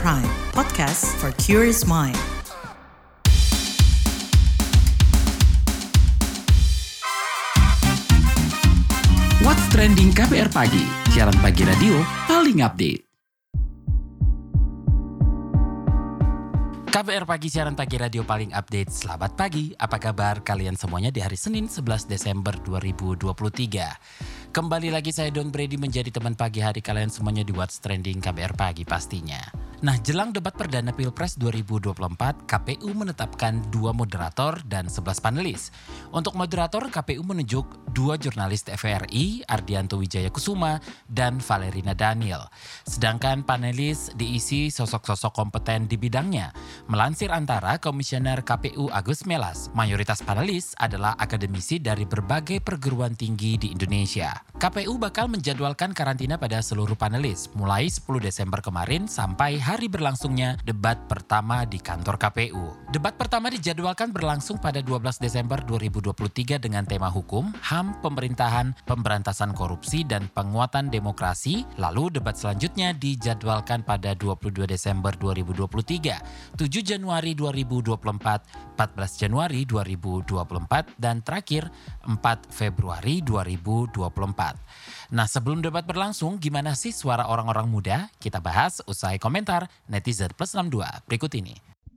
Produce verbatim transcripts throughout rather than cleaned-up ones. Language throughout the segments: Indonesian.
Prime, podcast for curious mind. What's Trending K B R Pagi, siaran pagi radio paling update. K B R Pagi, siaran pagi radio paling update. Selamat pagi, apa kabar kalian semuanya di hari Senin sebelas Desember dua ribu dua puluh tiga. Kembali lagi saya Don Brady menjadi teman pagi hari kalian semuanya di What's Trending K B R Pagi pastinya. Nah, jelang debat perdana Pilpres dua ribu dua puluh empat, K P U menetapkan dua moderator dan sebelas panelis. Untuk moderator, K P U menunjuk dua jurnalis T V R I, Ardianto Wijaya Kusuma dan Valerina Daniel. Sedangkan panelis diisi sosok-sosok kompeten di bidangnya. Melansir Antara, Komisioner K P U Agus Melas, mayoritas panelis adalah akademisi dari berbagai perguruan tinggi di Indonesia. K P U bakal menjadwalkan karantina pada seluruh panelis mulai sepuluh Desember kemarin sampai hari berlangsungnya debat pertama di kantor K P U. Debat pertama dijadwalkan berlangsung pada dua belas Desember dua ribu dua puluh tiga dengan tema hukum, H A M, pemerintahan, pemberantasan korupsi, dan penguatan demokrasi. Lalu debat selanjutnya dijadwalkan pada dua puluh dua Desember dua ribu dua puluh tiga, tujuh Januari dua ribu dua puluh empat, empat belas Januari dua ribu dua puluh empat, dan terakhir empat Februari dua ribu dua puluh empat. Nah, sebelum debat berlangsung, gimana sih suara orang-orang muda? Kita bahas usai komentar netizen plus enam puluh dua berikut ini.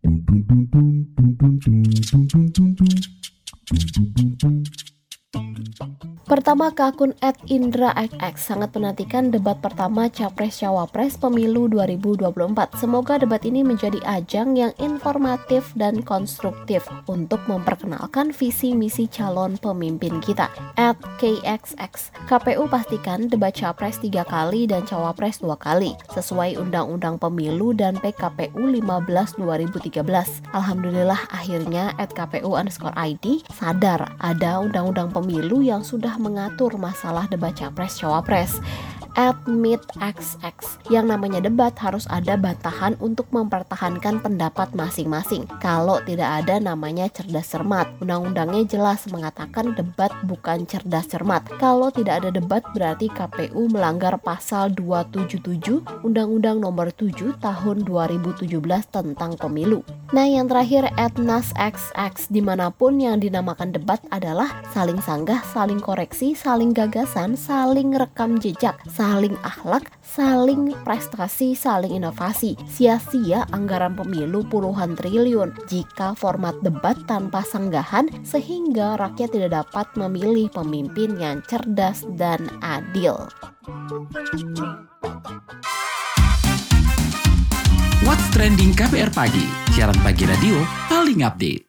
Pertama, ke akun et indra x x sangat menantikan debat pertama Capres-Cawapres Pemilu dua ribu dua puluh empat. Semoga debat ini menjadi ajang yang informatif dan konstruktif untuk memperkenalkan visi misi calon pemimpin kita. et k x x K P U pastikan debat Capres tiga kali dan Cawapres dua kali, sesuai Undang-Undang Pemilu dan P K P U lima belas dua ribu tiga belas. Alhamdulillah akhirnya et K P U underscore I D sadar ada Undang-Undang Pemilu yang sudah mengatur masalah debat Capres-Cawapres. et mit x x yang namanya debat harus ada bantahan untuk mempertahankan pendapat masing-masing. Kalau tidak ada namanya cerdas cermat. Undang-undangnya jelas mengatakan debat bukan cerdas cermat. Kalau tidak ada debat berarti K P U melanggar pasal dua ratus tujuh puluh tujuh Undang-Undang Nomor tujuh Tahun dua ribu tujuh belas tentang pemilu. Nah, yang terakhir et nas x x, dimanapun yang dinamakan debat adalah saling sanggah, saling koreksi, saling gagasan, saling rekam jejak, saling akhlak, saling prestasi, saling inovasi. Sia-sia anggaran pemilu puluhan triliun jika format debat tanpa sanggahan sehingga rakyat tidak dapat memilih pemimpin yang cerdas dan adil. What's Trending K B R Pagi, siaran pagi radio paling update.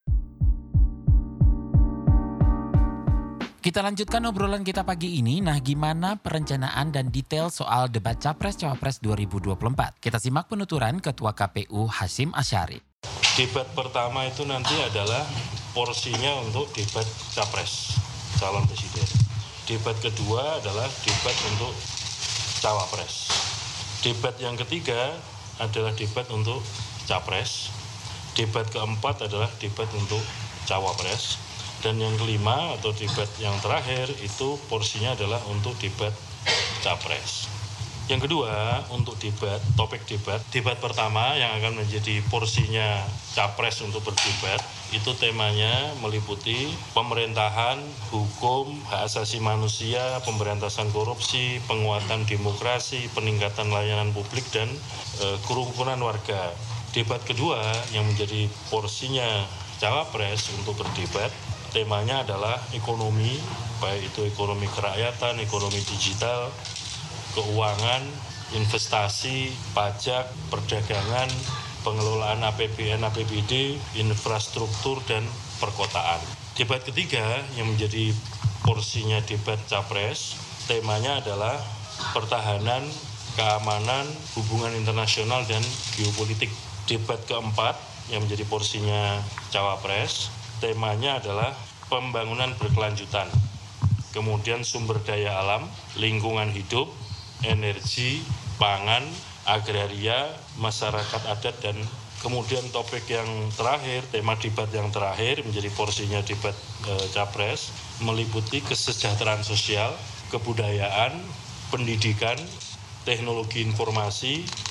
Kita lanjutkan obrolan kita pagi ini. Nah, gimana perencanaan dan detail soal debat Capres-Cawapres dua ribu dua puluh empat? Kita simak penuturan Ketua K P U Hasyim Asyari. Debat pertama itu nanti adalah porsinya untuk debat Capres, calon presiden. Debat kedua adalah debat untuk Cawapres. Debat yang ketiga adalah debat untuk Capres. Debat keempat adalah debat untuk Cawapres. Dan yang kelima atau debat yang terakhir itu porsinya adalah untuk debat Capres. Yang kedua, untuk debat, topik debat, debat pertama yang akan menjadi porsinya Capres untuk berdebat, itu temanya meliputi pemerintahan, hukum, hak asasi manusia, pemberantasan korupsi, penguatan demokrasi, peningkatan layanan publik, dan e, kerukunan warga. Debat kedua yang menjadi porsinya Cawapres untuk berdebat, temanya adalah ekonomi, baik itu ekonomi kerakyatan, ekonomi digital, keuangan, investasi, pajak, perdagangan, pengelolaan A P B N A P B D, infrastruktur, dan perkotaan. Debat ketiga yang menjadi porsinya debat Capres, temanya adalah pertahanan, keamanan, hubungan internasional, dan geopolitik. Debat keempat yang menjadi porsinya Cawapres, temanya adalah pembangunan berkelanjutan, kemudian sumber daya alam, lingkungan hidup, energi, pangan, agraria, masyarakat adat, dan kemudian topik yang terakhir, tema debat yang terakhir menjadi porsinya debat e, Capres, meliputi kesejahteraan sosial, kebudayaan, pendidikan, teknologi informasi,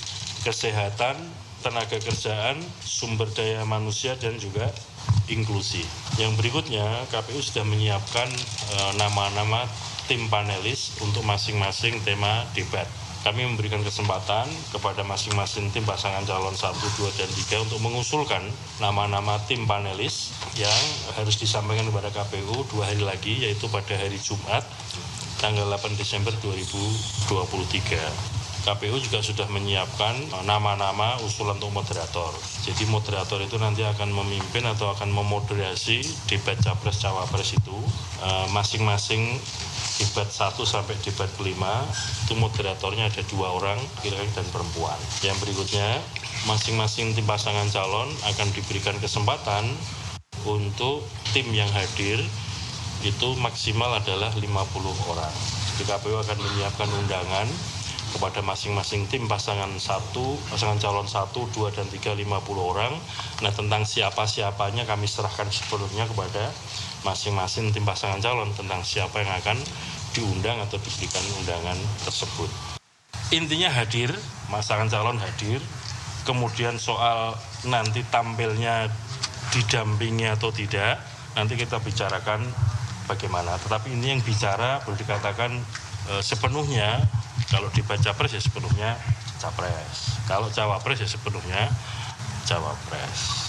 kesehatan, tenaga kerjaan, sumber daya manusia, dan juga inklusi. Yang berikutnya, K P U sudah menyiapkan e, nama-nama tim panelis untuk masing-masing tema debat. Kami memberikan kesempatan kepada masing-masing tim pasangan calon satu, dua, dan tiga untuk mengusulkan nama-nama tim panelis yang harus disampaikan kepada K P U dua hari lagi, yaitu pada hari Jumat, tanggal delapan Desember dua ribu dua puluh tiga. K P U juga sudah menyiapkan nama-nama usulan untuk moderator. Jadi moderator itu nanti akan memimpin atau akan memoderasi debat Capres-Cawapres itu. E, masing-masing debat satu sampai debat kelima, itu moderatornya ada dua orang, laki-laki dan perempuan. Yang berikutnya, masing-masing tim pasangan calon akan diberikan kesempatan untuk tim yang hadir itu maksimal adalah lima puluh orang. Jadi K P U akan menyiapkan undangan kepada masing-masing tim pasangan satu, pasangan calon satu, dua, dan tiga, lima puluh orang. Nah, tentang siapa-siapanya kami serahkan sepenuhnya kepada masing-masing tim pasangan calon tentang siapa yang akan diundang atau diberikan undangan tersebut. Intinya hadir, pasangan calon hadir, kemudian soal nanti tampilnya didampingi atau tidak, nanti kita bicarakan bagaimana. Tetapi ini yang bicara boleh dikatakan e, sepenuhnya. Kalau debat Capres ya sepenuhnya Capres. Kalau Cawapres ya sepenuhnya Cawapres.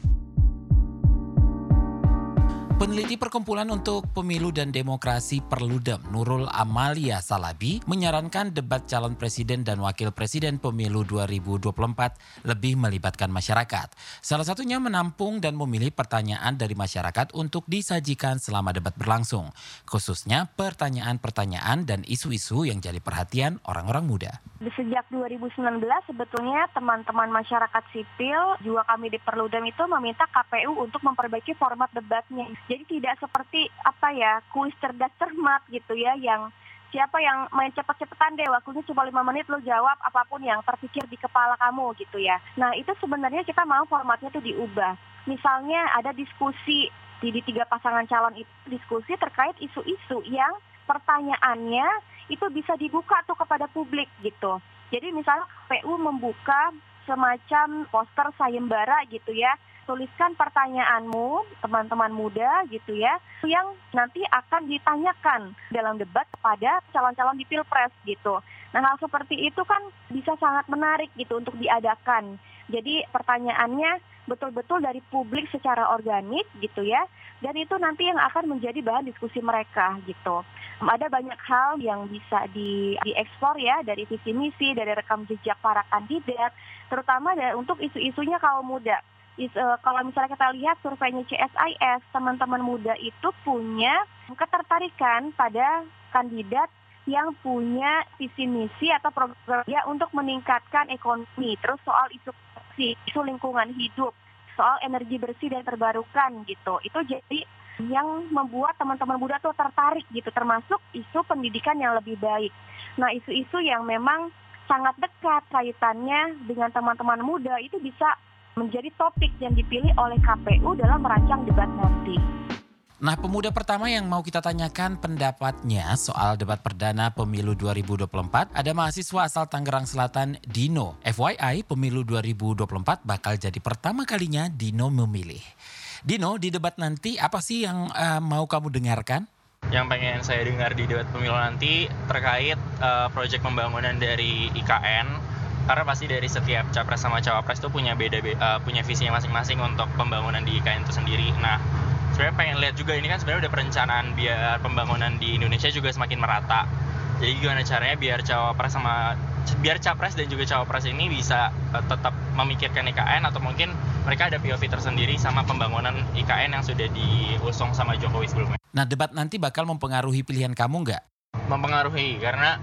Peneliti Perkumpulan untuk Pemilu dan Demokrasi Perludem, Nurul Amalia Salabi, menyarankan debat calon presiden dan wakil presiden pemilu dua ribu dua puluh empat lebih melibatkan masyarakat. Salah satunya menampung dan memilih pertanyaan dari masyarakat untuk disajikan selama debat berlangsung, khususnya pertanyaan-pertanyaan dan isu-isu yang jadi perhatian orang-orang muda. Sejak dua ribu sembilan belas sebetulnya teman-teman masyarakat sipil, juga kami di Perludem itu meminta K P U untuk memperbaiki format debatnya. Jadi tidak seperti apa ya, kuis cerdas cermat gitu ya, yang siapa yang main cepet-cepetan deh, waktunya cuma lima menit lo jawab apapun yang terpikir di kepala kamu gitu ya. Nah itu sebenarnya kita mau formatnya tuh diubah. Misalnya ada diskusi di, di tiga pasangan calon itu, diskusi terkait isu-isu yang pertanyaannya itu bisa dibuka tuh kepada publik gitu. Jadi misalnya K P U membuka semacam poster sayembara gitu ya, tuliskan pertanyaanmu teman-teman muda gitu ya, yang nanti akan ditanyakan dalam debat kepada calon-calon di Pilpres gitu. Nah hal seperti itu kan bisa sangat menarik gitu untuk diadakan. Jadi pertanyaannya betul-betul dari publik secara organik gitu ya, dan itu nanti yang akan menjadi bahan diskusi mereka gitu. Ada banyak hal yang bisa di, dieksplor ya, dari visi misi, dari rekam jejak para kandidat, terutama dari, untuk isu-isunya kaum muda. Is, uh, kalau misalnya kita lihat surveinya C S I S, teman-teman muda itu punya ketertarikan pada kandidat yang punya visi misi atau program ya untuk meningkatkan ekonomi, terus soal isu isu lingkungan hidup, soal energi bersih dan terbarukan gitu. Itu jadi yang membuat teman-teman muda tuh tertarik gitu, termasuk isu pendidikan yang lebih baik. Nah, isu-isu yang memang sangat dekat kaitannya dengan teman-teman muda itu bisa menjadi topik yang dipilih oleh K P U dalam merancang debat nanti. Nah, pemuda pertama yang mau kita tanyakan pendapatnya soal debat perdana pemilu dua ribu dua puluh empat ada mahasiswa asal Tangerang Selatan, Dino. F Y I, pemilu dua ribu dua puluh empat bakal jadi pertama kalinya Dino memilih. Dino, di debat nanti apa sih yang uh, mau kamu dengarkan? Yang pengen saya dengar di debat pemilu nanti terkait uh, proyek pembangunan dari I K N. Karena pasti dari setiap capres sama cawapres itu punya beda uh, punya visinya masing-masing untuk pembangunan di I K N itu sendiri. Nah, sebenarnya pengen lihat juga ini kan sebenarnya udah perencanaan biar pembangunan di Indonesia juga semakin merata. Jadi gimana caranya biar cawapres sama biar capres dan juga cawapres ini bisa uh, tetap memikirkan I K N, atau mungkin mereka ada P O V tersendiri sama pembangunan I K N yang sudah diusung sama Jokowi sebelumnya. Nah, debat nanti bakal mempengaruhi pilihan kamu nggak? Mempengaruhi, karena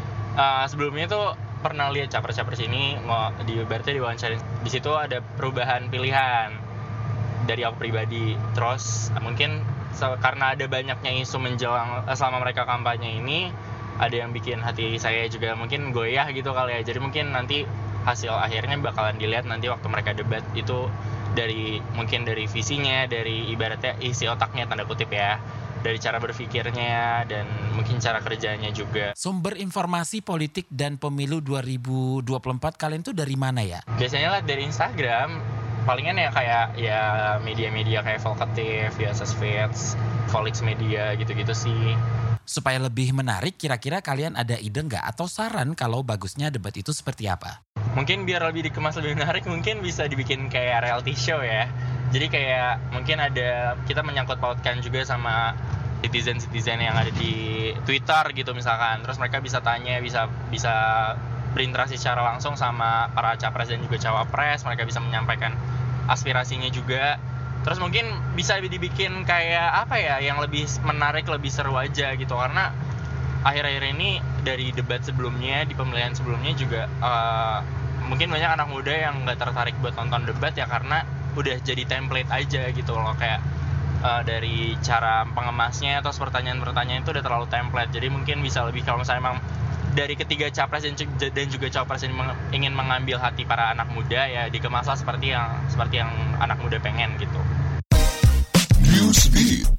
uh, sebelumnya tuh pernah lihat capres-capres ini mau di berarti diwawancara, di situ ada perubahan pilihan dari aku pribadi. Terus mungkin karena ada banyaknya isu menjelang selama mereka kampanye ini, ada yang bikin hati saya juga mungkin goyah gitu kali ya. Jadi mungkin nanti hasil akhirnya bakalan dilihat nanti waktu mereka debat itu dari mungkin dari visinya, dari ibaratnya isi otaknya tanda kutip ya, dari cara berpikirnya dan mungkin cara kerjanya juga. Sumber informasi politik dan pemilu dua ribu dua puluh empat kalian tuh dari mana ya? Biasanya lah dari Instagram, palingan ya kayak ya media-media kayak Volkatif, ya Sesfits, Volix Media gitu-gitu sih. Supaya lebih menarik, kira-kira kalian ada ide nggak atau saran kalau bagusnya debat itu seperti apa? Mungkin biar lebih dikemas lebih menarik, mungkin bisa dibikin kayak reality show ya. Jadi kayak mungkin ada, kita menyangkut pautkan juga sama citizen-citizen yang ada di Twitter gitu misalkan. Terus mereka bisa tanya, bisa bisa berinteraksi secara langsung sama para capres dan juga cawapres. Mereka bisa menyampaikan aspirasinya juga. Terus mungkin bisa dibikin kayak apa ya, yang lebih menarik, lebih seru aja gitu. Karena akhir-akhir ini dari debat sebelumnya, di pemilihan sebelumnya juga uh, mungkin banyak anak muda yang nggak tertarik buat nonton debat ya karena udah jadi template aja gitu loh, kayak uh, dari cara pengemasnya atau pertanyaan-pertanyaan itu udah terlalu template. Jadi mungkin bisa lebih kalau misalnya memang dari ketiga capres dan, dan juga cawapres yang ingin mengambil hati para anak muda ya dikemaslah seperti yang seperti yang anak muda pengen gitu. Newsbeat.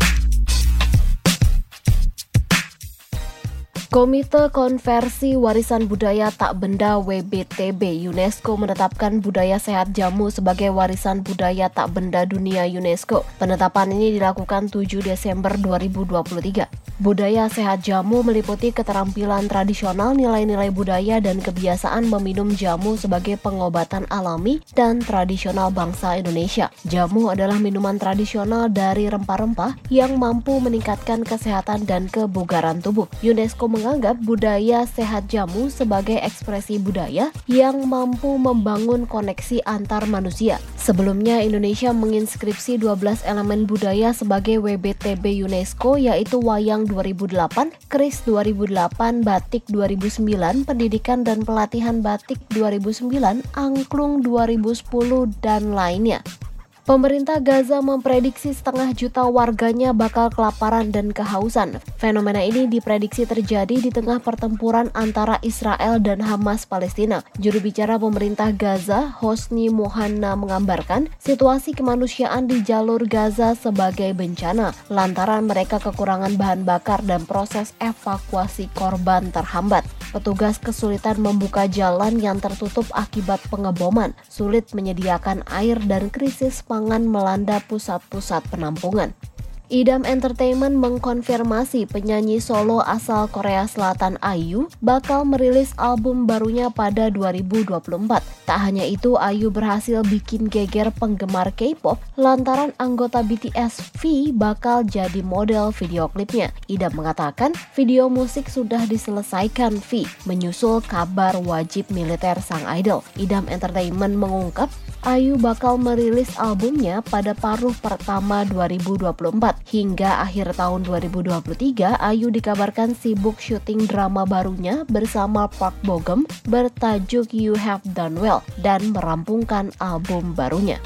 Komite Konversi Warisan Budaya Tak Benda W B T B UNESCO menetapkan budaya sehat jamu sebagai warisan budaya tak benda dunia UNESCO. Penetapan ini dilakukan tujuh Desember dua ribu dua puluh tiga. Budaya sehat jamu meliputi keterampilan tradisional, nilai-nilai budaya, dan kebiasaan meminum jamu sebagai pengobatan alami dan tradisional bangsa Indonesia. Jamu adalah minuman tradisional dari rempah-rempah yang mampu meningkatkan kesehatan dan kebugaran tubuh. UNESCO menganggap budaya sehat jamu sebagai ekspresi budaya yang mampu membangun koneksi antar manusia. Sebelumnya, Indonesia menginskripsi dua belas elemen budaya sebagai W B T B UNESCO, yaitu wayang dua ribu delapan, keris dua ribu delapan, batik dua ribu sembilan, pendidikan dan pelatihan batik dua ribu sembilan, angklung dua ribu sepuluh, dan lainnya. Pemerintah Gaza memprediksi setengah juta warganya bakal kelaparan dan kehausan. Fenomena ini diprediksi terjadi di tengah pertempuran antara Israel dan Hamas Palestina. Juru bicara pemerintah Gaza, Hosni Mohanna, menggambarkan situasi kemanusiaan di jalur Gaza sebagai bencana lantaran mereka kekurangan bahan bakar dan proses evakuasi korban terhambat. Petugas kesulitan membuka jalan yang tertutup akibat pengeboman, sulit menyediakan air, dan krisis pangan melanda pusat-pusat penampungan. Idam Entertainment mengkonfirmasi penyanyi solo asal Korea Selatan I U bakal merilis album barunya pada dua ribu dua puluh empat. Tak hanya itu, I U berhasil bikin geger penggemar K-pop lantaran anggota B T S V bakal jadi model video klipnya. Idam mengatakan video musik sudah diselesaikan V, menyusul kabar wajib militer sang idol. Idam Entertainment mengungkap I U bakal merilis albumnya pada paruh pertama dua ribu dua puluh empat. Hingga akhir tahun dua ribu dua puluh tiga, I U dikabarkan sibuk syuting drama barunya bersama Park Bo Gum bertajuk You Have Done Well dan merampungkan album barunya.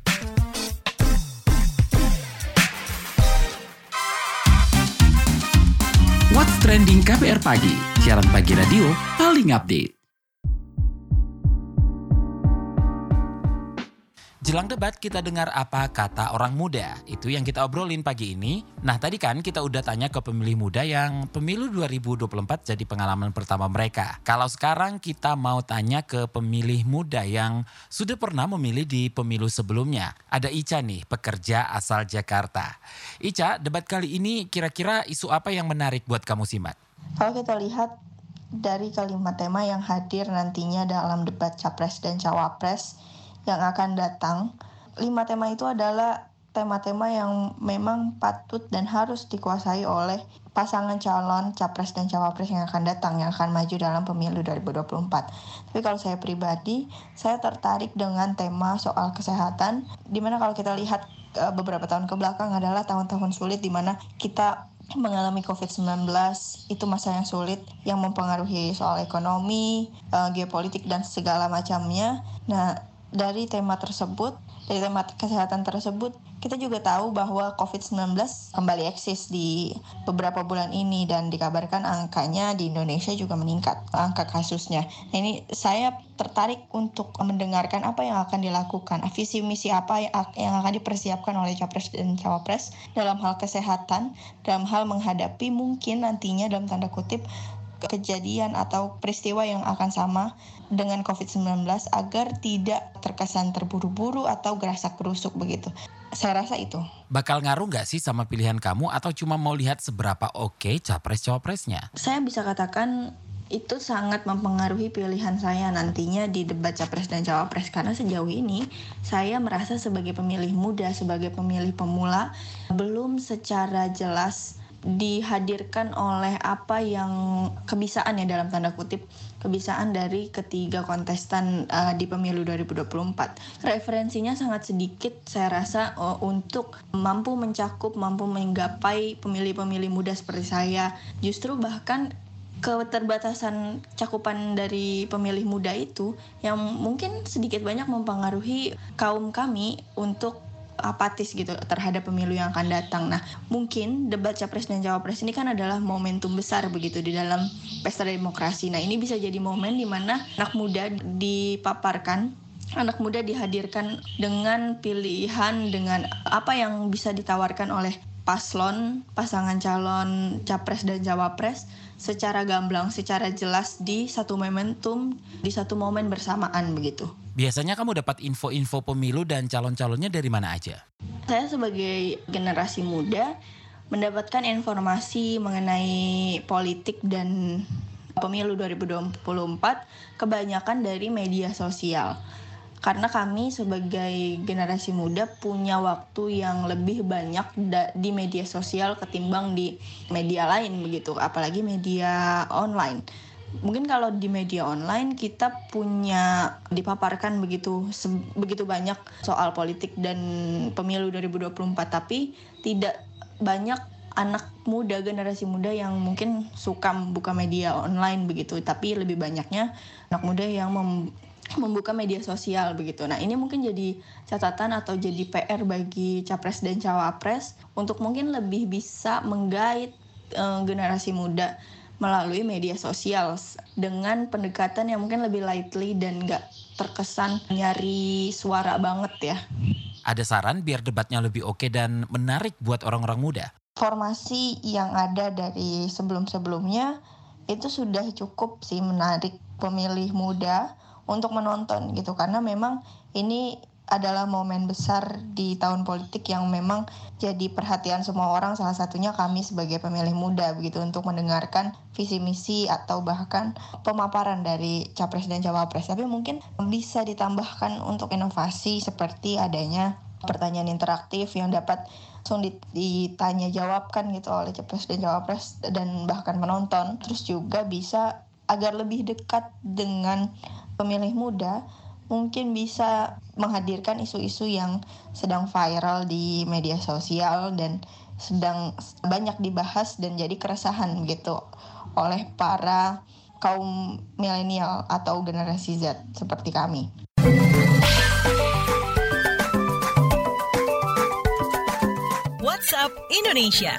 What's Trending K B R Pagi, siaran pagi radio paling update. Jelang debat kita dengar apa kata orang muda, itu yang kita obrolin pagi ini. Nah tadi kan kita udah tanya ke pemilih muda yang pemilu dua ribu dua puluh empat jadi pengalaman pertama mereka. Kalau sekarang kita mau tanya ke pemilih muda yang sudah pernah memilih di pemilu sebelumnya. Ada Ica nih, pekerja asal Jakarta. Ica, debat kali ini kira-kira isu apa yang menarik buat kamu simak? Kalau kita lihat dari kalimat tema yang hadir nantinya dalam debat Capres dan Cawapres yang akan datang, lima tema itu adalah tema-tema yang memang patut dan harus dikuasai oleh pasangan calon Capres dan Cawapres yang akan datang, yang akan maju dalam pemilu dua ribu dua puluh empat. Tapi kalau saya pribadi, saya tertarik dengan tema soal kesehatan, dimana kalau kita lihat uh, beberapa tahun ke belakang adalah tahun-tahun sulit di mana kita mengalami covid sembilan belas, itu masa yang sulit yang mempengaruhi soal ekonomi, uh, geopolitik, dan segala macamnya. Nah, dari tema tersebut dari tema kesehatan tersebut, kita juga tahu bahwa covid sembilan belas kembali eksis di beberapa bulan ini dan dikabarkan angkanya di Indonesia juga meningkat, angka kasusnya. Nah, ini saya tertarik untuk mendengarkan apa yang akan dilakukan, visi misi apa yang akan dipersiapkan oleh Capres dan Cawapres dalam hal kesehatan, dalam hal menghadapi mungkin nantinya dalam tanda kutip kejadian atau peristiwa yang akan sama dengan covid sembilan belas agar tidak terkesan terburu-buru atau gerasak-gerusuk begitu. Saya rasa itu. Bakal ngaruh nggak sih sama pilihan kamu atau cuma mau lihat seberapa oke capres-cawapresnya? Saya bisa katakan itu sangat mempengaruhi pilihan saya nantinya di debat Capres dan Cawapres karena sejauh ini saya merasa sebagai pemilih muda, sebagai pemilih pemula belum secara jelas dihadirkan oleh apa yang kebisaan ya dalam tanda kutip kebisaan dari ketiga kontestan uh, di pemilu dua ribu dua puluh empat. Referensinya sangat sedikit saya rasa uh, untuk mampu mencakup, mampu menggapai pemilih-pemilih muda seperti saya. Justru bahkan keterbatasan cakupan dari pemilih muda itu yang mungkin sedikit banyak mempengaruhi kaum kami untuk apatis gitu terhadap pemilu yang akan datang. Nah, mungkin debat Capres dan Cawapres ini kan adalah momentum besar begitu di dalam pesta demokrasi. Nah, ini bisa jadi momen di mana anak muda dipaparkan, anak muda dihadirkan dengan pilihan, dengan apa yang bisa ditawarkan oleh paslon, pasangan calon Capres dan Cawapres secara gamblang, secara jelas di satu momentum, di satu momen bersamaan begitu. Biasanya kamu dapat info-info pemilu dan calon-calonnya dari mana aja? Saya sebagai generasi muda mendapatkan informasi mengenai politik dan pemilu dua ribu dua puluh empat kebanyakan dari media sosial. Karena kami sebagai generasi muda punya waktu yang lebih banyak da- di media sosial ketimbang di media lain begitu, apalagi media online. Mungkin kalau di media online kita punya dipaparkan begitu se- begitu banyak soal politik dan pemilu dua ribu dua puluh empat, tapi tidak banyak anak muda, generasi muda yang mungkin suka buka media online begitu, tapi lebih banyaknya anak muda yang mem- membuka media sosial begitu. Nah, ini mungkin jadi catatan atau jadi P R bagi Capres dan Cawapres untuk mungkin lebih bisa menggait uh, generasi muda melalui media sosial dengan pendekatan yang mungkin lebih lightly dan gak terkesan nyari suara banget ya. Ada saran biar debatnya lebih oke dan menarik buat orang-orang muda? Formasi yang ada dari sebelum-sebelumnya itu sudah cukup sih menarik pemilih muda untuk menonton gitu, karena memang ini adalah momen besar di tahun politik yang memang jadi perhatian semua orang, salah satunya kami sebagai pemilih muda begitu, untuk mendengarkan visi misi atau bahkan pemaparan dari Capres dan Cawapres. Tapi mungkin bisa ditambahkan untuk inovasi seperti adanya pertanyaan interaktif yang dapat langsung ditanya jawabkan gitu oleh Capres dan Cawapres dan bahkan penonton. Terus juga bisa agar lebih dekat dengan pemilih muda, mungkin bisa menghadirkan isu-isu yang sedang viral di media sosial dan sedang banyak dibahas dan jadi keresahan gitu oleh para kaum milenial atau generasi Z seperti kami. WhatsApp Indonesia.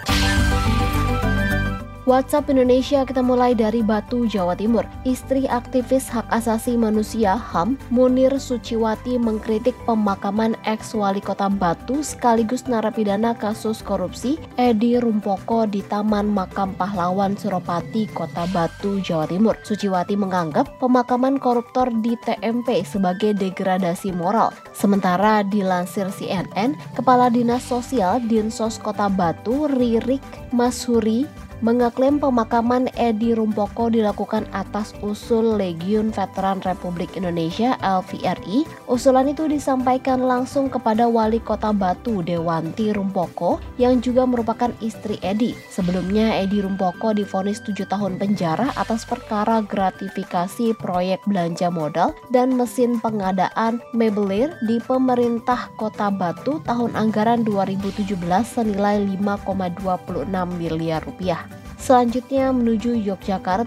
WhatsApp Indonesia kita mulai dari Batu, Jawa Timur. Istri aktivis hak asasi manusia H A M, Munir Suciwati, mengkritik pemakaman ex-wali kota Batu sekaligus narapidana kasus korupsi Edi Rumpoko di Taman Makam Pahlawan Suropati, Kota Batu, Jawa Timur. Suciwati menganggap pemakaman koruptor di T M P sebagai degradasi moral. Sementara dilansir C N N, Kepala Dinas Sosial Dinsos Kota Batu, Ririk Mashuri, mengaklaim pemakaman Edi Rumpoko dilakukan atas usul Legiun Veteran Republik Indonesia L V R I. Usulan itu disampaikan langsung kepada Wali Kota Batu, Dewanti Rumpoko, yang juga merupakan istri Edi. Sebelumnya Edi Rumpoko divonis tujuh tahun penjara atas perkara gratifikasi proyek belanja modal dan mesin pengadaan Mebelir di pemerintah Kota Batu tahun anggaran dua ribu tujuh belas senilai lima koma dua enam miliar rupiah. Selanjutnya menuju Yogyakarta.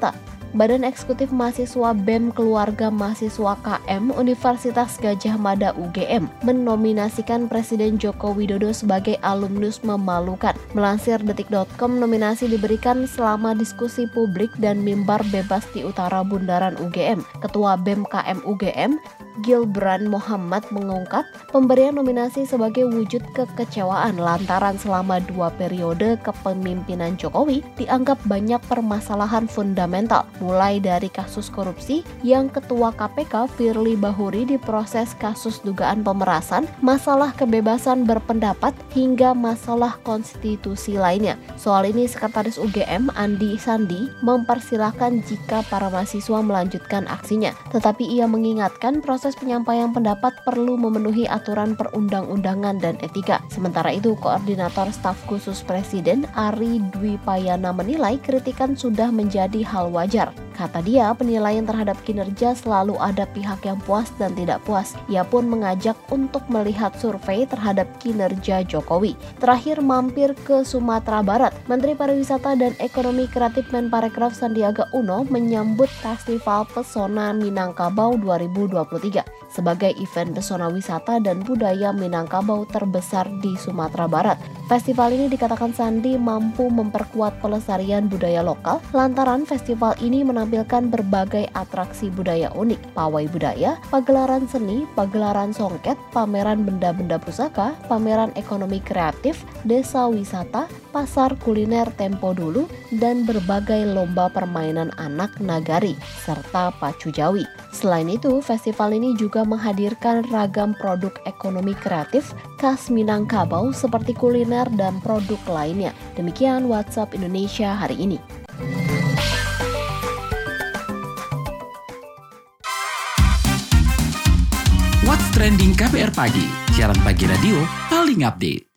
Badan Eksekutif Mahasiswa B E M Keluarga Mahasiswa K M Universitas Gadjah Mada U G M menominasikan Presiden Joko Widodo sebagai alumnus memalukan. Melansir detik dot com, nominasi diberikan selama diskusi publik dan mimbar bebas di utara bundaran U G M. Ketua B E M K M U G M, Gilbran Muhammad mengungkap pemberian nominasi sebagai wujud kekecewaan lantaran selama dua periode kepemimpinan Jokowi dianggap banyak permasalahan fundamental, mulai dari kasus korupsi yang Ketua K P K Firly Bahuri diproses kasus dugaan pemerasan, masalah kebebasan berpendapat, hingga masalah konstitusi lainnya. Soal ini Sekretaris U G M Andi Sandi mempersilahkan jika para mahasiswa melanjutkan aksinya, tetapi ia mengingatkan proses penyampaian pendapat perlu memenuhi aturan perundang-undangan dan etika. Sementara itu, Koordinator Staf Khusus Presiden Ari Dwi Payana menilai kritikan sudah menjadi hal wajar. Kata dia, penilaian terhadap kinerja selalu ada pihak yang puas dan tidak puas. Ia pun mengajak untuk melihat survei terhadap kinerja Jokowi. Terakhir mampir ke Sumatera Barat, Menteri Pariwisata dan Ekonomi Kreatif Menparekraf Sandiaga Uno menyambut Festival Pesona Minangkabau dua ribu dua puluh tiga sebagai event pesona wisata dan budaya Minangkabau terbesar di Sumatera Barat. Festival ini dikatakan Sandi mampu memperkuat pelestarian budaya lokal lantaran festival ini menampilkan berbagai atraksi budaya unik, pawai budaya, pagelaran seni, pagelaran songket, pameran benda-benda pusaka, pameran ekonomi kreatif, desa wisata, pasar kuliner tempo dulu, dan berbagai lomba permainan anak nagari, serta pacu jawi. Selain itu, festival ini juga menghadirkan ragam produk ekonomi kreatif khas Minangkabau seperti kuliner dan produk lainnya. Demikian WhatsApp Indonesia hari ini. What's Trending K B R Pagi, siaran pagi radio paling update.